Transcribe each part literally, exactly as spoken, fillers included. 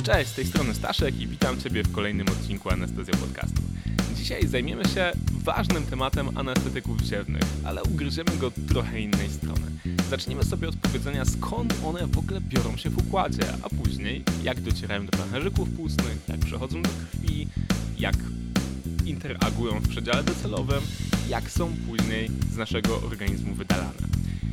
Cześć, z tej strony Staszek i witam Ciebie w kolejnym odcinku Anestezja Podcastu. Dzisiaj zajmiemy się ważnym tematem anestetyków ziewnych, ale ugryziemy go trochę innej strony. Zaczniemy sobie od powiedzenia, skąd one w ogóle biorą się w układzie, a później jak docierają do pęcherzyków płucnych, jak przechodzą do krwi, jak interagują w przedziale docelowym, jak są później z naszego organizmu wydalane.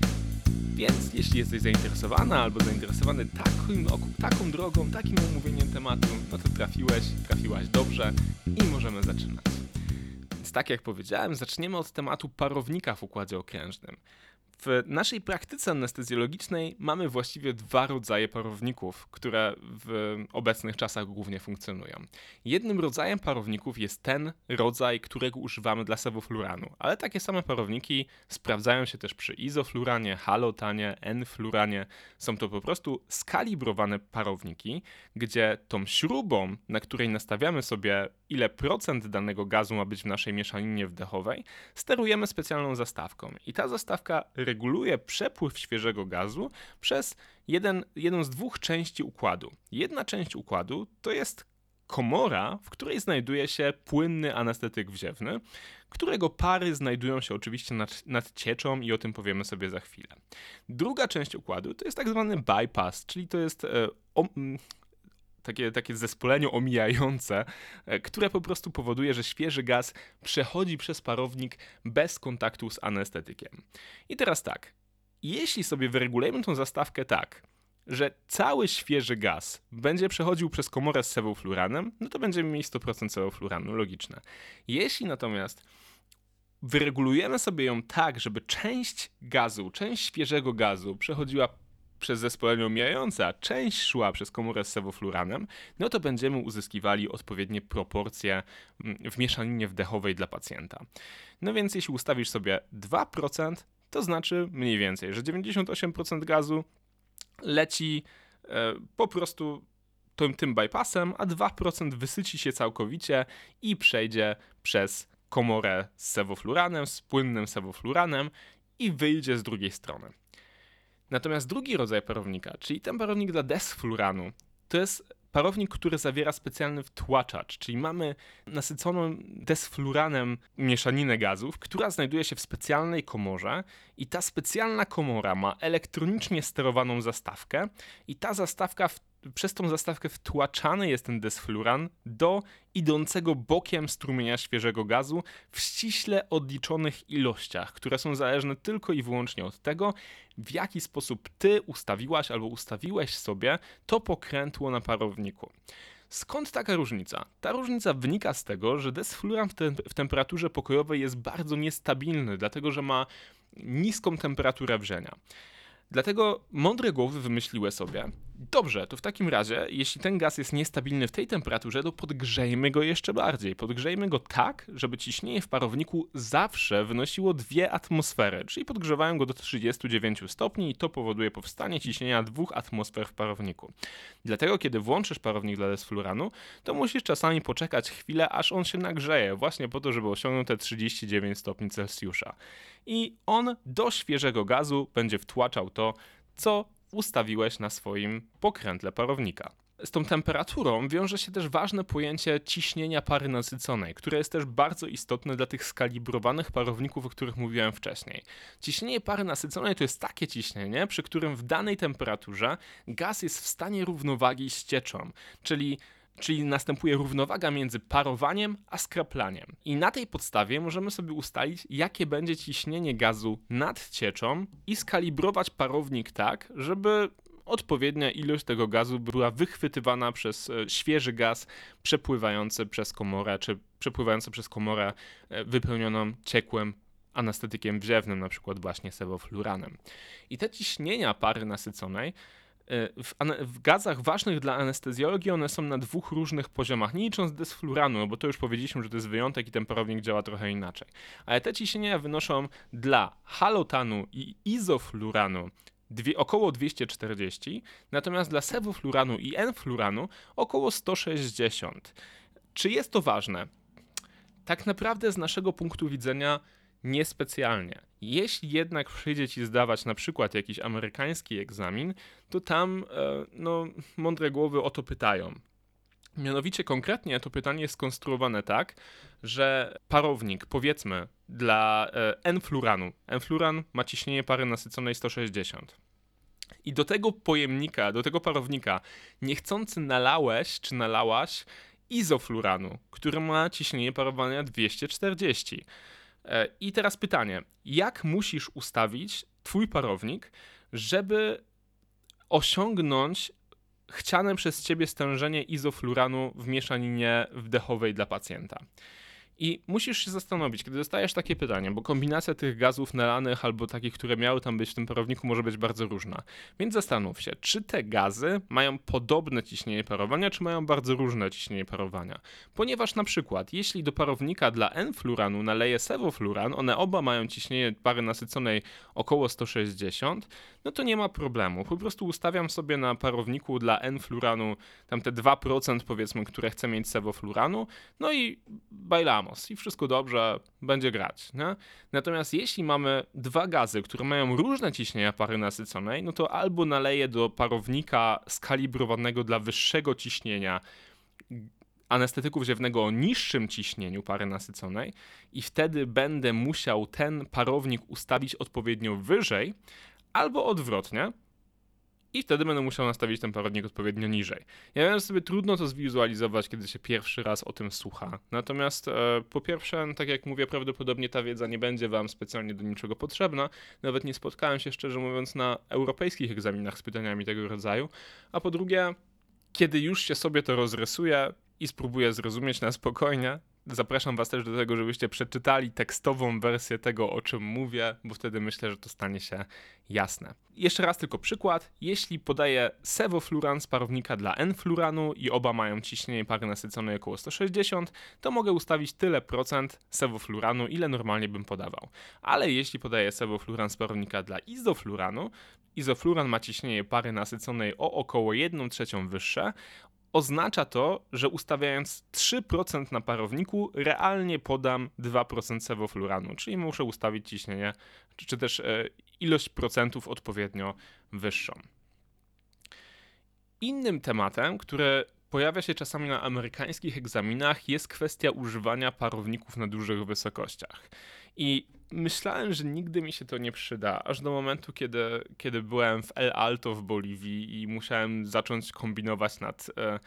Więc jeśli jesteś zainteresowana albo zainteresowany takim, taką drogą, takim omówieniem tematu, no to trafiłeś, trafiłaś dobrze i możemy zaczynać. Więc tak jak powiedziałem, zaczniemy od tematu parownika w układzie okrężnym. W naszej praktyce anestezjologicznej mamy właściwie dwa rodzaje parowników, które w obecnych czasach głównie funkcjonują. Jednym rodzajem parowników jest ten rodzaj, którego używamy dla sewofluranu, ale takie same parowniki sprawdzają się też przy izofluranie, halotanie, N-fluranie. Są to po prostu skalibrowane parowniki, gdzie tą śrubą, na której nastawiamy sobie, ile procent danego gazu ma być w naszej mieszaninie wdechowej, sterujemy specjalną zastawką. I ta zastawka reguluje przepływ świeżego gazu przez jeden, jedną z dwóch części układu. Jedna część układu to jest komora, w której znajduje się płynny anestetyk wziewny, którego pary znajdują się oczywiście nad, nad cieczą i o tym powiemy sobie za chwilę. Druga część układu to jest tak zwany bypass, czyli to jest e, o, Takie, takie zespolenie omijające, które po prostu powoduje, że świeży gaz przechodzi przez parownik bez kontaktu z anestetykiem. I teraz tak, jeśli sobie wyregulujemy tą zastawkę tak, że cały świeży gaz będzie przechodził przez komorę z sewofluranem, no to będziemy mieli sto procent sewofluranu, logiczne. Jeśli natomiast wyregulujemy sobie ją tak, żeby część gazu, część świeżego gazu przechodziła przez zespolenie omijające, a część szła przez komorę z sewofluranem, no to będziemy uzyskiwali odpowiednie proporcje w mieszaninie wdechowej dla pacjenta. No więc jeśli ustawisz sobie dwa procent, to znaczy mniej więcej, że dziewięćdziesiąt osiem procent gazu leci e, po prostu tym, tym bypassem, a dwa procent wysyci się całkowicie i przejdzie przez komorę z sewofluranem, z płynnym sewofluranem i wyjdzie z drugiej strony. Natomiast drugi rodzaj parownika, czyli ten parownik dla desfluranu, to jest parownik, który zawiera specjalny wtłaczacz, czyli mamy nasyconą desfluranem mieszaninę gazów, która znajduje się w specjalnej komorze i ta specjalna komora ma elektronicznie sterowaną zastawkę i ta zastawka w Przez tą zastawkę wtłaczany jest ten desfluran do idącego bokiem strumienia świeżego gazu w ściśle odliczonych ilościach, które są zależne tylko i wyłącznie od tego, w jaki sposób ty ustawiłaś albo ustawiłeś sobie to pokrętło na parowniku. Skąd taka różnica? Ta różnica wynika z tego, że desfluran w, te- w temperaturze pokojowej jest bardzo niestabilny, dlatego że ma niską temperaturę wrzenia. Dlatego mądre głowy wymyśliły sobie, dobrze, to w takim razie, jeśli ten gaz jest niestabilny w tej temperaturze, to podgrzejmy go jeszcze bardziej. Podgrzejmy go tak, żeby ciśnienie w parowniku zawsze wynosiło dwie atmosfery, czyli podgrzewają go do trzydziestu dziewięciu stopni i to powoduje powstanie ciśnienia dwóch atmosfer w parowniku. Dlatego, kiedy włączysz parownik dla desfluranu, to musisz czasami poczekać chwilę, aż on się nagrzeje, właśnie po to, żeby osiągnął te trzydzieści dziewięć stopni Celsjusza. I on do świeżego gazu będzie wtłaczał to, co ustawiłeś na swoim pokrętle parownika. Z tą temperaturą wiąże się też ważne pojęcie ciśnienia pary nasyconej, które jest też bardzo istotne dla tych skalibrowanych parowników, o których mówiłem wcześniej. Ciśnienie pary nasyconej to jest takie ciśnienie, przy którym w danej temperaturze gaz jest w stanie równowagi z cieczą, czyli Czyli następuje równowaga między parowaniem a skraplaniem. I na tej podstawie możemy sobie ustalić, jakie będzie ciśnienie gazu nad cieczą i skalibrować parownik tak, żeby odpowiednia ilość tego gazu była wychwytywana przez świeży gaz przepływający przez komorę, czy przepływający przez komorę wypełnioną ciekłym anestetykiem wziewnym, na przykład właśnie sewofluranem. I te ciśnienia pary nasyconej W, ane- w gazach ważnych dla anestezjologii one są na dwóch różnych poziomach, nie licząc desfluranu, no bo to już powiedzieliśmy, że to jest wyjątek i ten parownik działa trochę inaczej. Ale te ciśnienia wynoszą dla halotanu i izofluranu dwie, około dwieście czterdzieści, natomiast dla sewofluranu i N-fluranu około sto sześćdziesiąt. Czy jest to ważne? Tak naprawdę z naszego punktu widzenia Niespecjalnie. Jeśli jednak przyjdzie ci zdawać na przykład jakiś amerykański egzamin, to tam e, no, mądre głowy o to pytają. Mianowicie konkretnie to pytanie jest skonstruowane tak, że parownik, powiedzmy, dla e, N-fluoranu. N-fluoran ma ciśnienie pary nasyconej sto sześćdziesiąt. I do tego pojemnika, do tego parownika niechcący nalałeś czy nalałaś izofluoranu, który ma ciśnienie parowania dwieście czterdzieści. E, I teraz pytanie, jak musisz ustawić twój parownik, żeby osiągnąć chciane przez ciebie stężenie izofluoranu w mieszaninie wdechowej dla pacjenta? I musisz się zastanowić, kiedy dostajesz takie pytanie, bo kombinacja tych gazów nalanych albo takich, które miały tam być w tym parowniku, może być bardzo różna. Więc zastanów się, czy te gazy mają podobne ciśnienie parowania, czy mają bardzo różne ciśnienie parowania. Ponieważ na przykład, jeśli do parownika dla N-fluoranu naleję sevofluoran, one oba mają ciśnienie pary nasyconej około sto sześćdziesiąt, no to nie ma problemu. Po prostu ustawiam sobie na parowniku dla N-fluoranu tam te dwa procent powiedzmy, które chcę mieć sevofluoranu, no i bajlamy. I wszystko dobrze, będzie grać. Nie? Natomiast jeśli mamy dwa gazy, które mają różne ciśnienia pary nasyconej, no to albo naleję do parownika skalibrowanego dla wyższego ciśnienia anestetyku wziewnego o niższym ciśnieniu pary nasyconej i wtedy będę musiał ten parownik ustawić odpowiednio wyżej, albo odwrotnie, i wtedy będę musiał nastawić ten parownik odpowiednio niżej. Ja wiem, że sobie trudno to zwizualizować, kiedy się pierwszy raz o tym słucha. Natomiast e, po pierwsze, tak jak mówię, prawdopodobnie ta wiedza nie będzie wam specjalnie do niczego potrzebna. Nawet nie spotkałem się, szczerze mówiąc, na europejskich egzaminach z pytaniami tego rodzaju. A po drugie, kiedy już się sobie to rozrysuję i spróbuję zrozumieć na spokojnie, zapraszam was też do tego, żebyście przeczytali tekstową wersję tego, o czym mówię, bo wtedy myślę, że to stanie się jasne. Jeszcze raz tylko przykład. Jeśli podaję sevofluoran z parownika dla N-fluoranu i oba mają ciśnienie pary nasyconej około sto sześćdziesiąt, to mogę ustawić tyle procent sevofluoranu, ile normalnie bym podawał. Ale jeśli podaję sevofluoran z parownika dla izofluoranu, izofluoran ma ciśnienie pary nasyconej o około jedną trzecią wyższe, oznacza to, że ustawiając trzy procent na parowniku realnie podam dwa procent sevofluoranu, czyli muszę ustawić ciśnienie, czy, czy też e, ilość procentów odpowiednio wyższą. Innym tematem, który pojawia się czasami na amerykańskich egzaminach, jest kwestia używania parowników na dużych wysokościach. I myślałem, że nigdy mi się to nie przyda, aż do momentu, kiedy, kiedy byłem w El Alto w Boliwii i musiałem zacząć kombinować nad, e,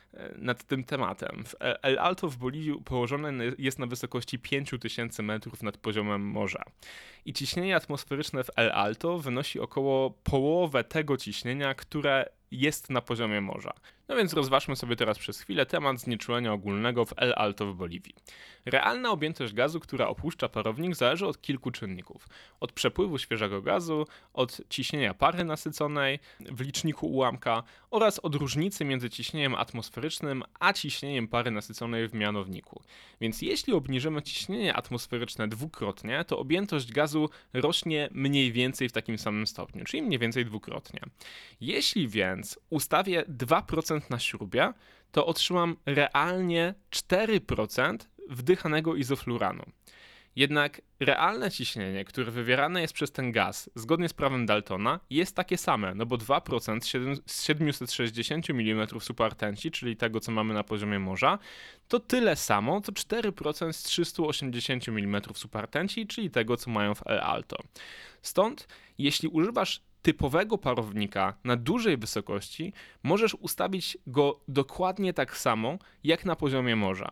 nad tym tematem. El Alto w Boliwii położone jest na wysokości pięć tysięcy metrów nad poziomem morza. I ciśnienie atmosferyczne w El Alto wynosi około połowę tego ciśnienia, które jest na poziomie morza. No więc rozważmy sobie teraz przez chwilę temat znieczulenia ogólnego w El Alto w Boliwii. Realna objętość gazu, która opuszcza parownik, zależy od kilku czynników. Od przepływu świeżego gazu, od ciśnienia pary nasyconej w liczniku ułamka oraz od różnicy między ciśnieniem atmosferycznym a ciśnieniem pary nasyconej w mianowniku. Więc jeśli obniżymy ciśnienie atmosferyczne dwukrotnie, to objętość gazu rośnie mniej więcej w takim samym stopniu, czyli mniej więcej dwukrotnie. Jeśli więc ustawię dwa procent na śrubie, to otrzymam realnie cztery procent wdychanego izofluoranu. Jednak realne ciśnienie, które wywierane jest przez ten gaz, zgodnie z prawem Daltona, jest takie same, no bo dwa procent z siedemset sześćdziesiąt milimetrów superrtęci, czyli tego, co mamy na poziomie morza, to tyle samo, co cztery procent z trzysta osiemdziesiąt milimetrów superrtęci, czyli tego, co mają w El Alto. Stąd, jeśli używasz typowego parownika na dużej wysokości, możesz ustawić go dokładnie tak samo, jak na poziomie morza.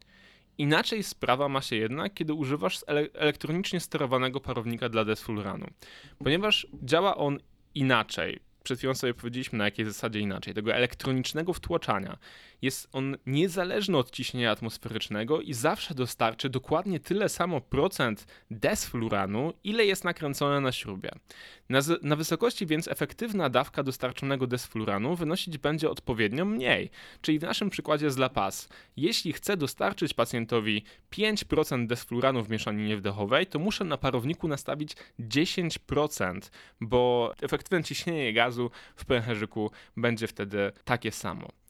Inaczej sprawa ma się jednak, kiedy używasz ele- elektronicznie sterowanego parownika dla desfluoranu, ponieważ działa on inaczej. Przed chwilą sobie powiedzieliśmy, na jakiej zasadzie inaczej. Tego elektronicznego wtłaczania. Jest on niezależny od ciśnienia atmosferycznego i zawsze dostarczy dokładnie tyle samo procent desfluoranu, ile jest nakręcone na śrubie. Na, z- na wysokości więc efektywna dawka dostarczonego desfluoranu wynosić będzie odpowiednio mniej. Czyli w naszym przykładzie z La Paz, jeśli chcę dostarczyć pacjentowi pięć procent desfluoranu w mieszaninie wdechowej, to muszę na parowniku nastawić dziesięć procent, bo efektywne ciśnienie gazu w pęcherzyku będzie wtedy takie samo.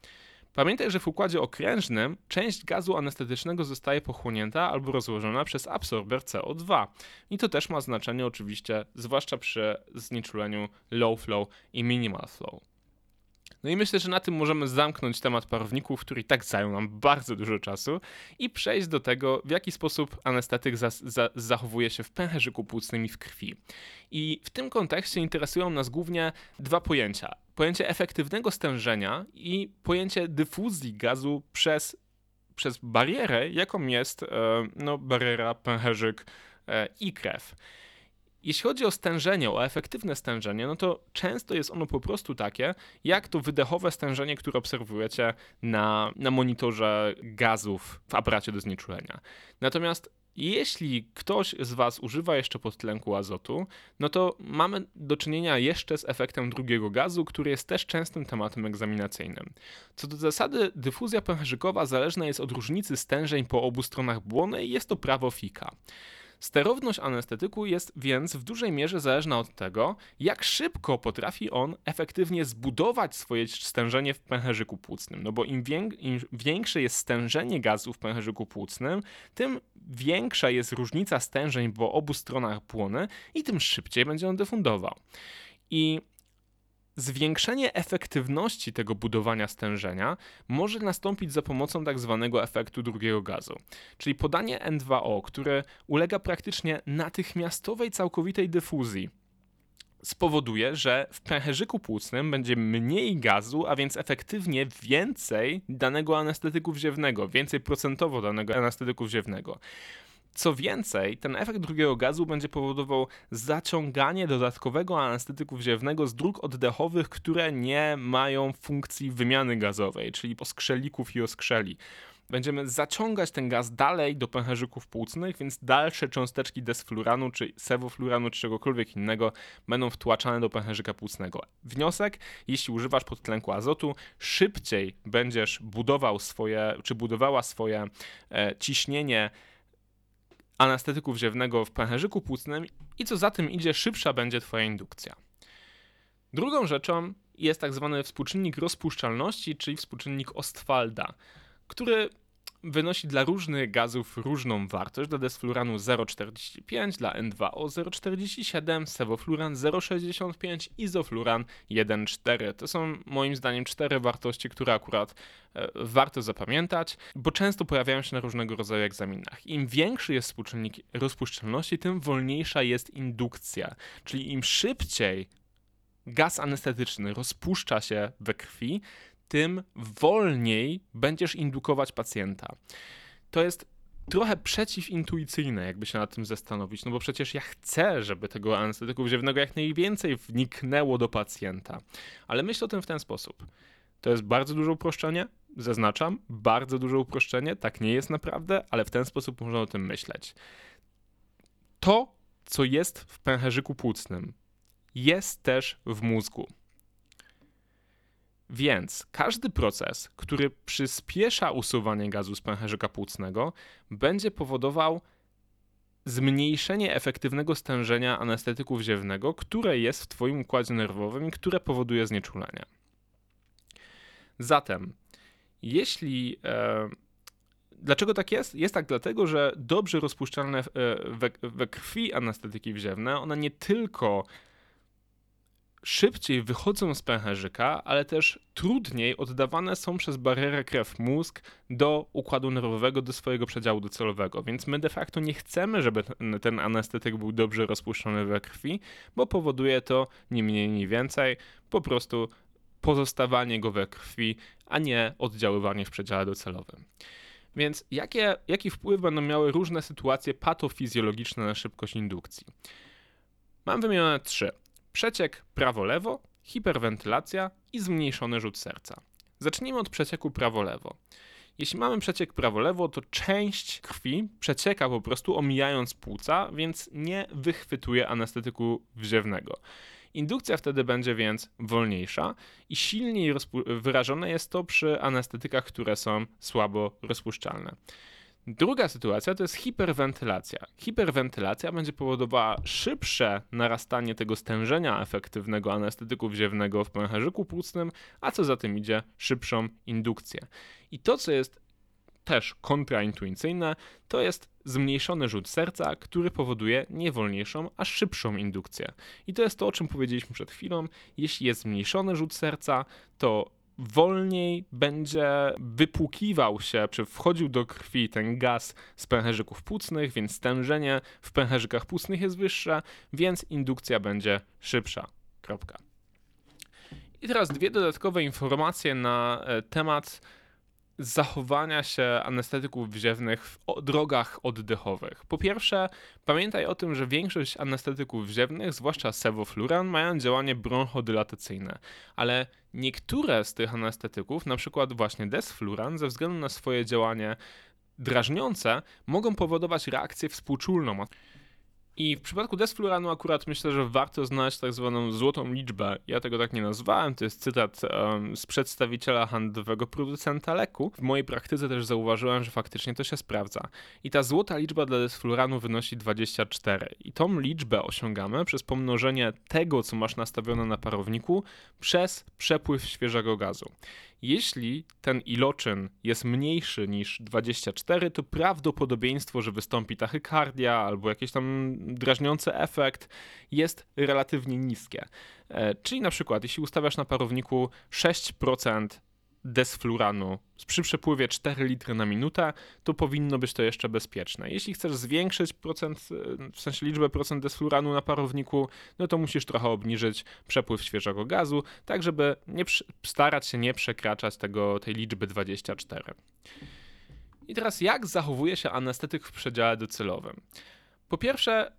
Pamiętaj, że w układzie okrężnym część gazu anestetycznego zostaje pochłonięta albo rozłożona przez absorber C O dwa. I to też ma znaczenie oczywiście, zwłaszcza przy znieczuleniu low flow i minimal flow. No i myślę, że na tym możemy zamknąć temat parowników, który i tak zajął nam bardzo dużo czasu i przejść do tego, w jaki sposób anestetyk za, za, zachowuje się w pęcherzyku płucnym i w krwi. I w tym kontekście interesują nas głównie dwa pojęcia. Pojęcie efektywnego stężenia i pojęcie dyfuzji gazu przez, przez barierę, jaką jest e, no, bariera, pęcherzyk e, i krew. Jeśli chodzi o stężenie, o efektywne stężenie, no to często jest ono po prostu takie, jak to wydechowe stężenie, które obserwujecie na, na monitorze gazów w aparacie do znieczulenia. Natomiast jeśli ktoś z Was używa jeszcze podtlenku azotu, no to mamy do czynienia jeszcze z efektem drugiego gazu, który jest też częstym tematem egzaminacyjnym. Co do zasady, dyfuzja pęcherzykowa zależna jest od różnicy stężeń po obu stronach błony i jest to prawo Ficka. Sterowność anestetyku jest więc w dużej mierze zależna od tego, jak szybko potrafi on efektywnie zbudować swoje stężenie w pęcherzyku płucnym. No bo im, wiek- im większe jest stężenie gazu w pęcherzyku płucnym, tym większa jest różnica stężeń po obu stronach błony i tym szybciej będzie on defundował. I zwiększenie efektywności tego budowania stężenia może nastąpić za pomocą tak zwanego efektu drugiego gazu, czyli podanie N dwa O, które ulega praktycznie natychmiastowej całkowitej dyfuzji. Spowoduje, że w pęcherzyku płucnym będzie mniej gazu, a więc efektywnie więcej danego anestetyku wziewnego, więcej procentowo danego anestetyku wziewnego. Co więcej, ten efekt drugiego gazu będzie powodował zaciąganie dodatkowego anestetyku wziewnego z dróg oddechowych, które nie mają funkcji wymiany gazowej, czyli poskrzelików i oskrzeli. Będziemy zaciągać ten gaz dalej do pęcherzyków płucnych, więc dalsze cząsteczki desfluranu, czy sewofluranu, czy czegokolwiek innego będą wtłaczane do pęcherzyka płucnego. Wniosek, jeśli używasz podtlenku azotu, szybciej będziesz budował swoje, czy budowała swoje e, ciśnienie anestetyku wziewnego w pęcherzyku płucnym i co za tym idzie, szybsza będzie Twoja indukcja. Drugą rzeczą jest tak zwany współczynnik rozpuszczalności, czyli współczynnik Ostwalda, który wynosi dla różnych gazów różną wartość. Dla desfluranu zero przecinek czterdzieści pięć, dla N dwa O zero przecinek czterdzieści siedem, sewofluran zero przecinek sześćdziesiąt pięć, izofluran jeden przecinek cztery. To są moim zdaniem cztery wartości, które akurat e, warto zapamiętać, bo często pojawiają się na różnego rodzaju egzaminach. Im większy jest współczynnik rozpuszczalności, tym wolniejsza jest indukcja, czyli im szybciej gaz anestetyczny rozpuszcza się we krwi, tym wolniej będziesz indukować pacjenta. To jest trochę przeciwintuicyjne, jakby się nad tym zastanowić, no bo przecież ja chcę, żeby tego anestetyku wziewnego jak najwięcej wniknęło do pacjenta. Ale myślę o tym w ten sposób. To jest bardzo duże uproszczenie, zaznaczam, bardzo duże uproszczenie, tak nie jest naprawdę, ale w ten sposób można o tym myśleć. To, co jest w pęcherzyku płucnym, jest też w mózgu. Więc każdy proces, który przyspiesza usuwanie gazu z pęcherzyka płucnego, będzie powodował zmniejszenie efektywnego stężenia anestetyku wziewnego, które jest w Twoim układzie nerwowym i które powoduje znieczulenie. Zatem, jeśli... E, dlaczego tak jest? Jest tak dlatego, że dobrze rozpuszczalne e, we, we krwi anestetyki wziewne, one nie tylko szybciej wychodzą z pęcherzyka, ale też trudniej oddawane są przez barierę krew-mózg do układu nerwowego, do swojego przedziału docelowego. Więc my de facto nie chcemy, żeby ten, ten anestetyk był dobrze rozpuszczony we krwi, bo powoduje to ni mniej, ni więcej po prostu pozostawanie go we krwi, a nie oddziaływanie w przedziale docelowym. Więc jakie, jaki wpływ będą miały różne sytuacje patofizjologiczne na szybkość indukcji? Mam wymienione trzy. Przeciek prawo-lewo, hiperwentylacja i zmniejszony rzut serca. Zacznijmy od przecieku prawo-lewo. Jeśli mamy przeciek prawo-lewo, to część krwi przecieka po prostu omijając płuca, więc nie wychwytuje anestetyku wziewnego. Indukcja wtedy będzie więc wolniejsza i silniej rozpu- wyrażone jest to przy anestetykach, które są słabo rozpuszczalne. Druga sytuacja to jest hiperwentylacja. Hiperwentylacja będzie powodowała szybsze narastanie tego stężenia efektywnego anestetyku wziewnego w pęcherzyku płucnym, a co za tym idzie szybszą indukcję. I to, co jest też kontraintuicyjne, to jest zmniejszony rzut serca, który powoduje nie wolniejszą, a szybszą indukcję. I to jest to, o czym powiedzieliśmy przed chwilą. Jeśli jest zmniejszony rzut serca, to wolniej będzie wypłukiwał się, czy wchodził do krwi ten gaz z pęcherzyków płucnych, więc stężenie w pęcherzykach płucnych jest wyższe, więc indukcja będzie szybsza. Kropka. I teraz dwie dodatkowe informacje na temat zachowania się anestetyków wziewnych w drogach oddechowych. Po pierwsze, pamiętaj o tym, że większość anestetyków wziewnych, zwłaszcza sevofluran, mają działanie bronchodylatacyjne, ale niektóre z tych anestetyków, na przykład właśnie desfluran, ze względu na swoje działanie drażniące, mogą powodować reakcję współczulną. I w przypadku desfluranu akurat myślę, że warto znać tak zwaną złotą liczbę. Ja tego tak nie nazwałem, to jest cytat um, z przedstawiciela handlowego producenta leku. W mojej praktyce też zauważyłem, że faktycznie to się sprawdza. I ta złota liczba dla desfluranu wynosi dwadzieścia cztery. I tą liczbę osiągamy przez pomnożenie tego, co masz nastawione na parowniku, przez przepływ świeżego gazu. Jeśli ten iloczyn jest mniejszy niż dwadzieścia cztery, to prawdopodobieństwo, że wystąpi tachykardia albo jakiś tam drażniący efekt jest relatywnie niskie. E, czyli na przykład, jeśli ustawiasz na parowniku sześć procent desfluranu przy przepływie cztery litry na minutę, to powinno być to jeszcze bezpieczne. Jeśli chcesz zwiększyć procent, w sensie liczbę procent desfluranu na parowniku, no to musisz trochę obniżyć przepływ świeżego gazu, tak żeby nie starać się nie przekraczać tego, tej liczby dwadzieścia cztery. I teraz jak zachowuje się anestetyk w przedziale docelowym? Po pierwsze,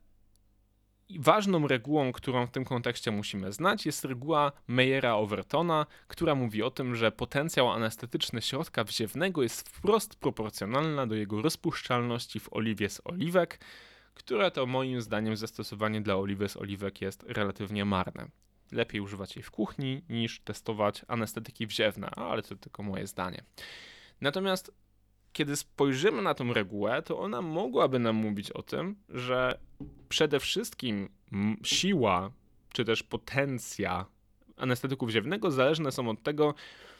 ważną regułą, którą w tym kontekście musimy znać, jest reguła Meyera-Overtona, która mówi o tym, że potencjał anestetyczny środka wziewnego jest wprost proporcjonalny do jego rozpuszczalności w oliwie z oliwek, które to moim zdaniem zastosowanie dla oliwy z oliwek jest relatywnie marne. Lepiej używać jej w kuchni niż testować anestetyki wziewne, ale to tylko moje zdanie. Natomiast kiedy spojrzymy na tą regułę, to ona mogłaby nam mówić o tym, że przede wszystkim siła, czy też potencja anestetyku wziewnego zależne są od tego,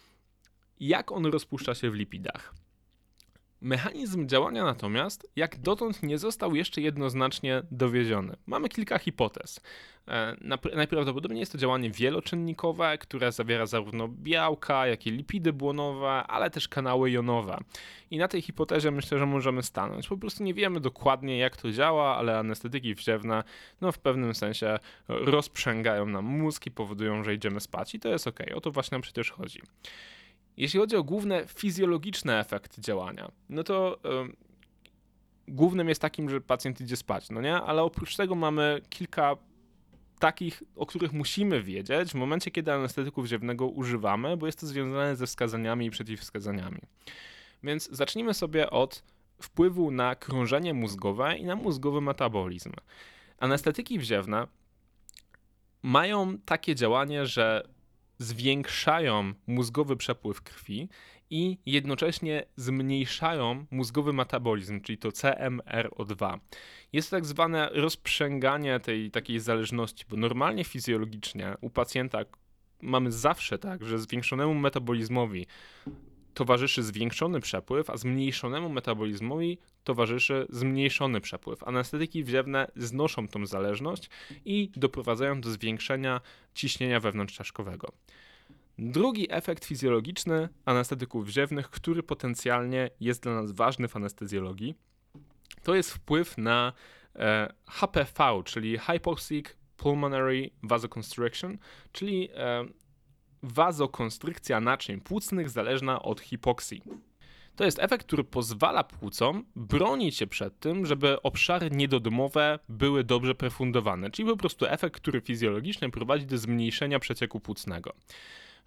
jak on rozpuszcza się w lipidach. Mechanizm działania natomiast jak dotąd nie został jeszcze jednoznacznie dowieziony. Mamy kilka hipotez. Najprawdopodobniej jest to działanie wieloczynnikowe, które zawiera zarówno białka, jak i lipidy błonowe, ale też kanały jonowe. I na tej hipotezie myślę, że możemy stanąć. Po prostu nie wiemy dokładnie, jak to działa, ale anestetyki wziewne no, w pewnym sensie rozprzęgają nam mózg i powodują, że idziemy spać. I to jest okej. O to właśnie nam przecież chodzi. Jeśli chodzi o główne fizjologiczne efekty działania, no to yy, głównym jest takim, że pacjent idzie spać, no nie? Ale oprócz tego mamy kilka takich, o których musimy wiedzieć w momencie, kiedy anestetyku wziewnego używamy, bo jest to związane ze wskazaniami i przeciwwskazaniami. Więc zacznijmy sobie od wpływu na krążenie mózgowe i na mózgowy metabolizm. Anestetyki wziewne mają takie działanie, że zwiększają mózgowy przepływ krwi i jednocześnie zmniejszają mózgowy metabolizm, czyli to C M R O dwa. Jest to tak zwane rozprzęganie tej takiej zależności, bo normalnie fizjologicznie u pacjenta mamy zawsze tak, że zwiększonemu metabolizmowi towarzyszy zwiększony przepływ, a zmniejszonemu metabolizmowi towarzyszy zmniejszony przepływ. Anestetyki wziewne znoszą tą zależność i doprowadzają do zwiększenia ciśnienia wewnątrzczaszkowego. Drugi efekt fizjologiczny anestetyków wziewnych, który potencjalnie jest dla nas ważny w anestezjologii, to jest wpływ na e, H P V, czyli Hypoxic Pulmonary Vasoconstriction, czyli e, wazokonstrykcja naczyń płucnych zależna od hipoksji. To jest efekt, który pozwala płucom bronić się przed tym, żeby obszary niedodomowe były dobrze perfundowane, czyli po prostu efekt, który fizjologicznie prowadzi do zmniejszenia przecieku płucnego.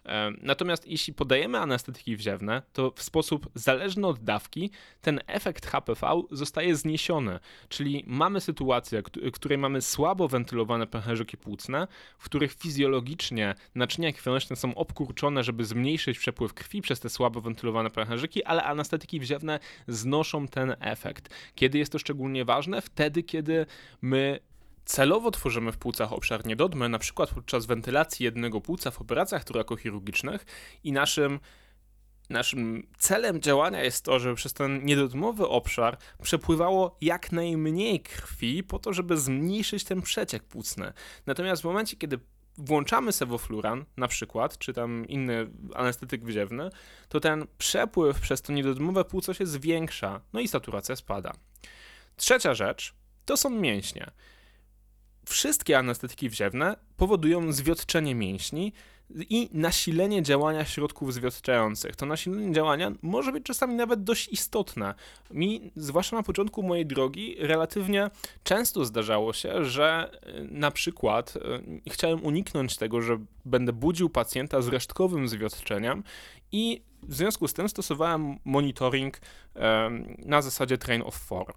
Natomiast jeśli podajemy anestetyki wziewne, to w sposób zależny od dawki ten efekt H P V zostaje zniesiony, czyli mamy sytuację, w której mamy słabo wentylowane pęcherzyki płucne, w których fizjologicznie naczynia krwionośne są obkurczone, żeby zmniejszyć przepływ krwi przez te słabo wentylowane pęcherzyki, ale anestetyki wziewne znoszą ten efekt. Kiedy jest to szczególnie ważne? Wtedy, kiedy my celowo tworzymy w płucach obszar niedodmy, na przykład podczas wentylacji jednego płuca w operacjach torakochirurgicznych i naszym, naszym celem działania jest to, żeby przez ten niedodmowy obszar przepływało jak najmniej krwi po to, żeby zmniejszyć ten przeciek płucny. Natomiast w momencie, kiedy włączamy sevofluran na przykład, czy tam inny anestetyk wziewny, to ten przepływ przez to niedodmowe płuco się zwiększa, no i saturacja spada. Trzecia rzecz to są mięśnie. Wszystkie anestetyki wziewne powodują zwiotczenie mięśni i nasilenie działania środków zwiotczających. To nasilenie działania może być czasami nawet dość istotne. Mi, zwłaszcza na początku mojej drogi, relatywnie często zdarzało się, że na przykład chciałem uniknąć tego, że będę budził pacjenta z resztkowym zwiotczeniem i w związku z tym stosowałem monitoring na zasadzie train of four.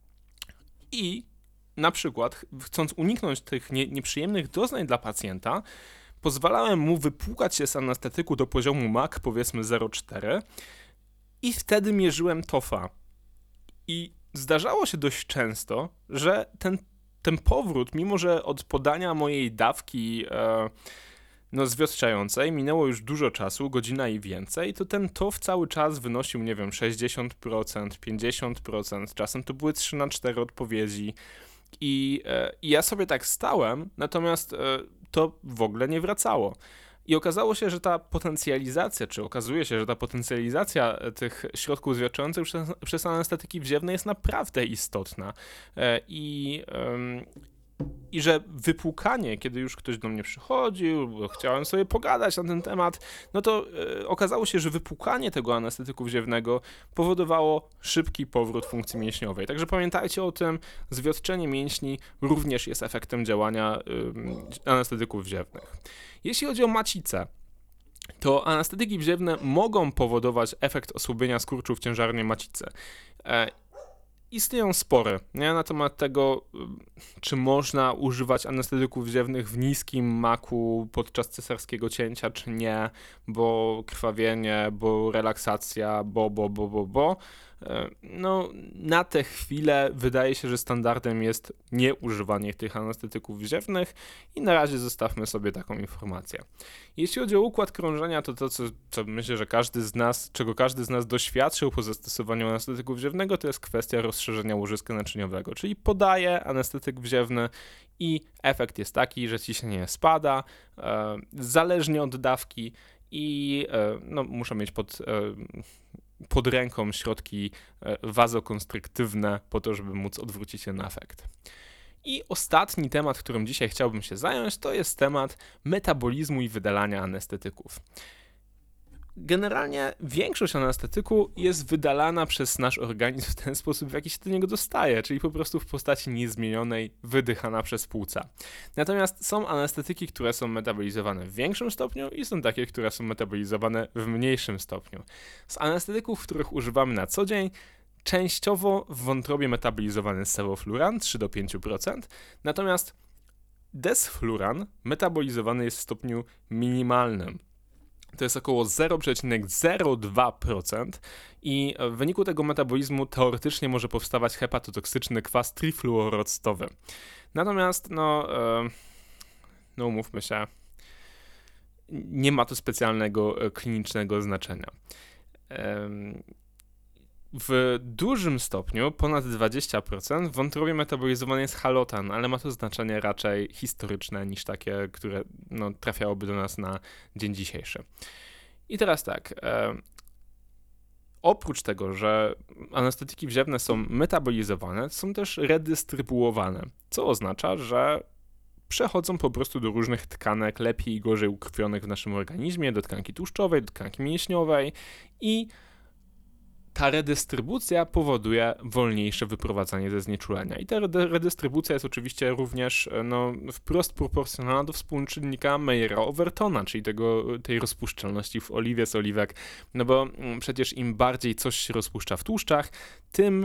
I na przykład, chcąc uniknąć tych nie, nieprzyjemnych doznań dla pacjenta, pozwalałem mu wypłukać się z anestetyku do poziomu M A C, powiedzmy zero przecinek cztery i wtedy mierzyłem tofa. I zdarzało się dość często, że ten, ten powrót, mimo że od podania mojej dawki e, no, zwiotczającej minęło już dużo czasu, godzina i więcej, to ten tof cały czas wynosił, nie wiem, sześćdziesiąt procent, pięćdziesiąt procent, czasem to były trzy na cztery odpowiedzi. I, e, I ja sobie tak stałem, natomiast e, to w ogóle nie wracało. I okazało się, że ta potencjalizacja, czy okazuje się, że ta potencjalizacja tych środków zwiotczających przez, przez anestetyki wziewne jest naprawdę istotna. E, I... I że wypłukanie, kiedy już ktoś do mnie przychodził, bo chciałem sobie pogadać na ten temat, no to e, okazało się, że wypłukanie tego anestetyku wziewnego powodowało szybki powrót funkcji mięśniowej. Także pamiętajcie o tym, zwiotczenie mięśni również jest efektem działania e, anestetyków wziewnych. Jeśli chodzi o macicę, to anestetyki wziewne mogą powodować efekt osłabienia skurczu w ciężarnej macicy. E, Istnieją spory, nie, na temat tego, czy można używać anestetyków wziewnych w niskim maku podczas cesarskiego cięcia, czy nie, bo krwawienie, bo relaksacja, bo, bo, bo, bo, bo. No, na tę chwilę wydaje się, że standardem jest nieużywanie tych anestetyków wziewnych i na razie zostawmy sobie taką informację. Jeśli chodzi o układ krążenia, to to, co, co myślę, że każdy z nas, czego każdy z nas doświadczył po zastosowaniu anestetyku wziewnego, to jest kwestia rozszerzenia łożyska naczyniowego, czyli podaję anestetyk wziewny i efekt jest taki, że ciśnienie spada, e, zależnie od dawki i e, no, muszę mieć pod... E, pod ręką środki wazokonstryktywne po to, żeby móc odwrócić ten efekt. I ostatni temat, którym dzisiaj chciałbym się zająć, to jest temat metabolizmu i wydalania anestetyków. Generalnie większość anestetyku jest wydalana przez nasz organizm w ten sposób, w jaki się do niego dostaje, czyli po prostu w postaci niezmienionej, wydychana przez płuca. Natomiast są anestetyki, które są metabolizowane w większym stopniu i są takie, które są metabolizowane w mniejszym stopniu. Z anestetyków, których używamy na co dzień, częściowo w wątrobie metabolizowany jest sevofluran trzy do pięciu procent, natomiast desfluran metabolizowany jest w stopniu minimalnym. To jest około zero przecinek zero dwa procent i w wyniku tego metabolizmu teoretycznie może powstawać hepatotoksyczny kwas trifluoroctowy. Natomiast, no, no umówmy się, nie ma to specjalnego klinicznego znaczenia. W dużym stopniu, ponad dwadzieścia procent, w wątrobie metabolizowany jest halotan, ale ma to znaczenie raczej historyczne niż takie, które no, trafiałoby do nas na dzień dzisiejszy. I teraz tak, e, oprócz tego, że anestetyki wziewne są metabolizowane, są też redystrybuowane, co oznacza, że przechodzą po prostu do różnych tkanek lepiej i gorzej ukrwionych w naszym organizmie, do tkanki tłuszczowej, do tkanki mięśniowej i ta redystrybucja powoduje wolniejsze wyprowadzanie ze znieczulenia. I ta redystrybucja jest oczywiście również no, wprost proporcjonalna do współczynnika Mayera-Overtona, czyli tego, tej rozpuszczalności w oliwie z oliwek. No bo przecież im bardziej coś się rozpuszcza w tłuszczach, tym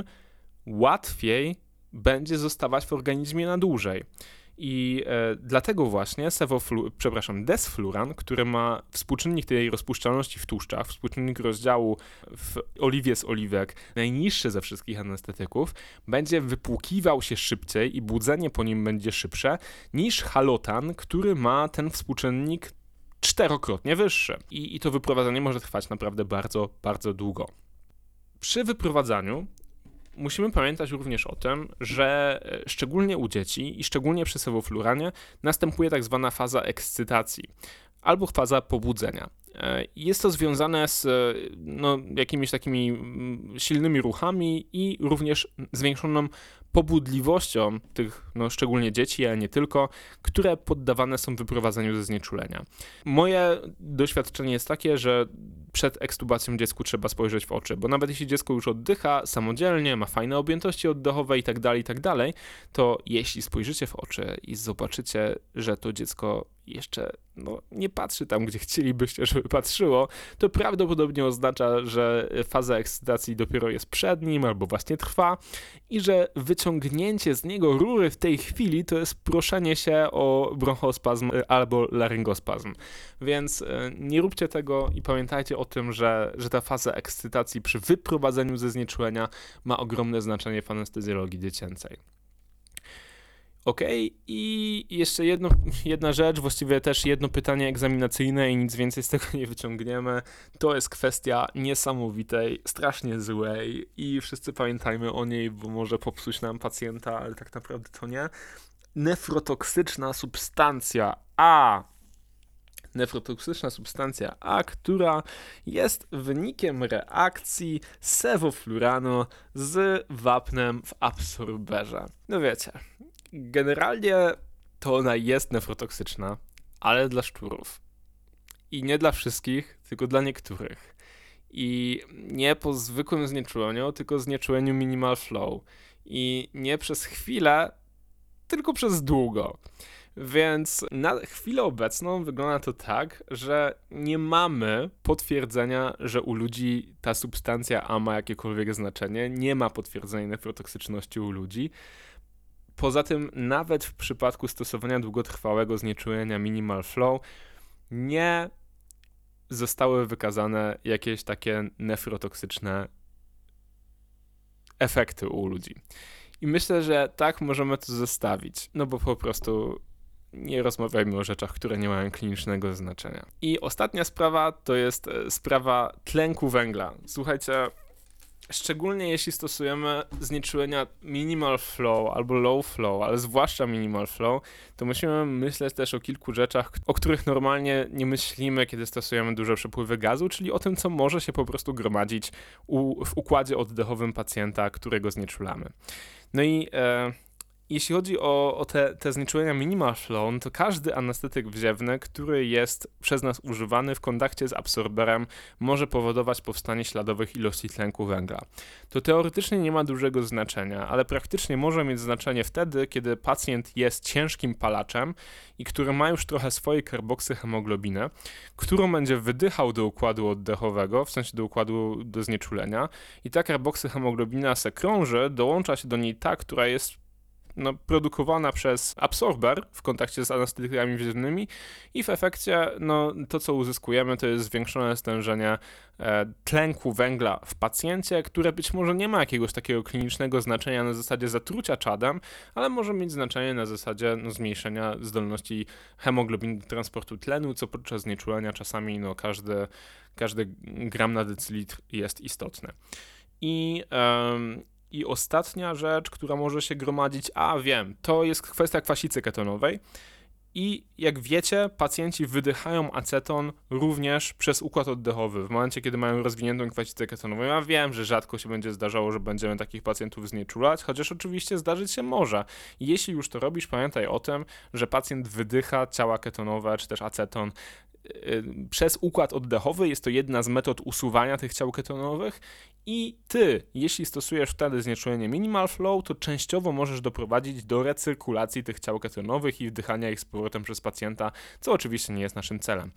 łatwiej będzie zostawać w organizmie na dłużej. I e, dlatego właśnie sewoflu, przepraszam, desfluran, który ma współczynnik tej rozpuszczalności w tłuszczach, współczynnik rozdziału w oliwie z oliwek, najniższy ze wszystkich anestetyków, będzie wypłukiwał się szybciej i budzenie po nim będzie szybsze niż halotan, który ma ten współczynnik czterokrotnie wyższy. I, i to wyprowadzanie może trwać naprawdę bardzo, bardzo długo. Przy wyprowadzaniu musimy pamiętać również o tym, że szczególnie u dzieci i szczególnie przy sewofluranie następuje tak zwana faza ekscytacji albo faza pobudzenia. Jest to związane z no, jakimiś takimi silnymi ruchami i również zwiększoną pobudliwością tych, no, szczególnie dzieci, ale nie tylko, które poddawane są wyprowadzeniu ze znieczulenia. Moje doświadczenie jest takie, że przed ekstubacją dziecku trzeba spojrzeć w oczy, bo nawet jeśli dziecko już oddycha samodzielnie, ma fajne objętości oddechowe i tak dalej, i tak dalej, to jeśli spojrzycie w oczy i zobaczycie, że to dziecko jeszcze no, nie patrzy tam, gdzie chcielibyście, żeby patrzyło, to prawdopodobnie oznacza, że faza ekscytacji dopiero jest przed nim albo właśnie trwa i że wyciągnięcie z niego rury w tej chwili to jest proszenie się o bronchospazm albo laryngospazm. Więc nie róbcie tego i pamiętajcie o tym, że, że ta faza ekscytacji przy wyprowadzeniu ze znieczulenia ma ogromne znaczenie w anestezjologii dziecięcej. Okej, okay. I jeszcze jedno, jedna rzecz, właściwie też jedno pytanie egzaminacyjne i nic więcej z tego nie wyciągniemy. To jest kwestia niesamowitej, strasznie złej i wszyscy pamiętajmy o niej, bo może popsuć nam pacjenta, ale tak naprawdę to nie. Nefrotoksyczna substancja A. Nefrotoksyczna substancja A, która jest wynikiem reakcji sewofluranu z wapnem w absorberze. No wiecie, generalnie to ona jest nefrotoksyczna, ale dla szczurów. I nie dla wszystkich, tylko dla niektórych. I nie po zwykłym znieczuleniu, tylko znieczuleniu minimal flow. I nie przez chwilę, tylko przez długo. Więc na chwilę obecną wygląda to tak, że nie mamy potwierdzenia, że u ludzi ta substancja A ma jakiekolwiek znaczenie. Nie ma potwierdzenia nefrotoksyczności u ludzi. Poza tym nawet w przypadku stosowania długotrwałego znieczulenia minimal flow nie zostały wykazane jakieś takie nefrotoksyczne efekty u ludzi. I myślę, że tak możemy to zostawić, no bo po prostu nie rozmawiajmy o rzeczach, które nie mają klinicznego znaczenia. I ostatnia sprawa to jest sprawa tlenku węgla. Słuchajcie, szczególnie jeśli stosujemy znieczulenia minimal flow albo low flow, ale zwłaszcza minimal flow, to musimy myśleć też o kilku rzeczach, o których normalnie nie myślimy, kiedy stosujemy duże przepływy gazu, czyli o tym, co może się po prostu gromadzić u, w układzie oddechowym pacjenta, którego znieczulamy. No i e, jeśli chodzi o, o te, te znieczulenia minimal flow, to każdy anestetyk wziewny, który jest przez nas używany w kontakcie z absorberem, może powodować powstanie śladowych ilości tlenku węgla. To teoretycznie nie ma dużego znaczenia, ale praktycznie może mieć znaczenie wtedy, kiedy pacjent jest ciężkim palaczem i który ma już trochę swojej karboksyhemoglobiny, którą będzie wydychał do układu oddechowego, w sensie do układu do znieczulenia, i ta karboksyhemoglobina se krąży, dołącza się do niej ta, która jest no, produkowana przez absorber w kontakcie z anestetykami wziewnymi i w efekcie no, to, co uzyskujemy, to jest zwiększone stężenie e, tlenku węgla w pacjencie, które być może nie ma jakiegoś takiego klinicznego znaczenia na zasadzie zatrucia czadem, ale może mieć znaczenie na zasadzie no, zmniejszenia zdolności hemoglobiny do transportu tlenu, co podczas znieczulenia czasami no, każdy, każdy gram na decylitr jest istotny. I um, I ostatnia rzecz, która może się gromadzić, a wiem, to jest kwestia kwasicy ketonowej. I jak wiecie, pacjenci wydychają aceton również przez układ oddechowy w momencie, kiedy mają rozwiniętą kwasicę ketonową. Ja wiem, że rzadko się będzie zdarzało, że będziemy takich pacjentów znieczulać, chociaż oczywiście zdarzyć się może. I jeśli już to robisz, pamiętaj o tym, że pacjent wydycha ciała ketonowe, czy też aceton przez układ oddechowy. Jest to jedna z metod usuwania tych ciał ketonowych I ty, jeśli stosujesz wtedy znieczulenie Minimal Flow, to częściowo możesz doprowadzić do recyrkulacji tych ciał ketonowych i wdychania ich z powrotem przez pacjenta, co oczywiście nie jest naszym celem.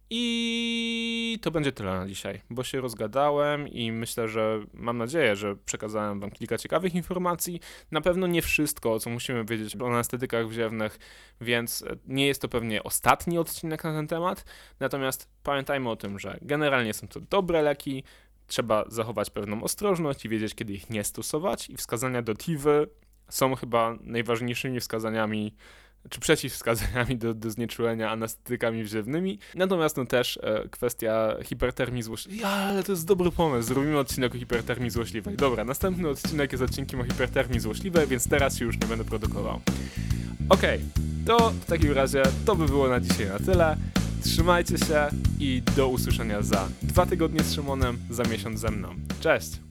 I to będzie tyle na dzisiaj, bo się rozgadałem i myślę, że mam nadzieję, że przekazałem wam kilka ciekawych informacji. Na pewno nie wszystko, co musimy wiedzieć o anestetykach wziewnych, więc nie jest to pewnie ostatni odcinek na ten temat. Natomiast pamiętajmy o tym, że generalnie są to dobre leki, trzeba zachować pewną ostrożność i wiedzieć, kiedy ich nie stosować, i wskazania do T I V-y są chyba najważniejszymi wskazaniami czy przeciwwskazaniami do, do znieczulenia anestetykami wziewnymi. Natomiast no też e, kwestia hipertermii złośliwej. Ja, ale to jest dobry pomysł, zrobimy odcinek o hipertermii złośliwej. Dobra, następny odcinek jest odcinkiem o hipertermii złośliwej, więc teraz się już nie będę produkował. Okej, to w takim razie to by było na dzisiaj na tyle. Trzymajcie się i do usłyszenia za dwa tygodnie z Szymonem, za miesiąc ze mną. Cześć!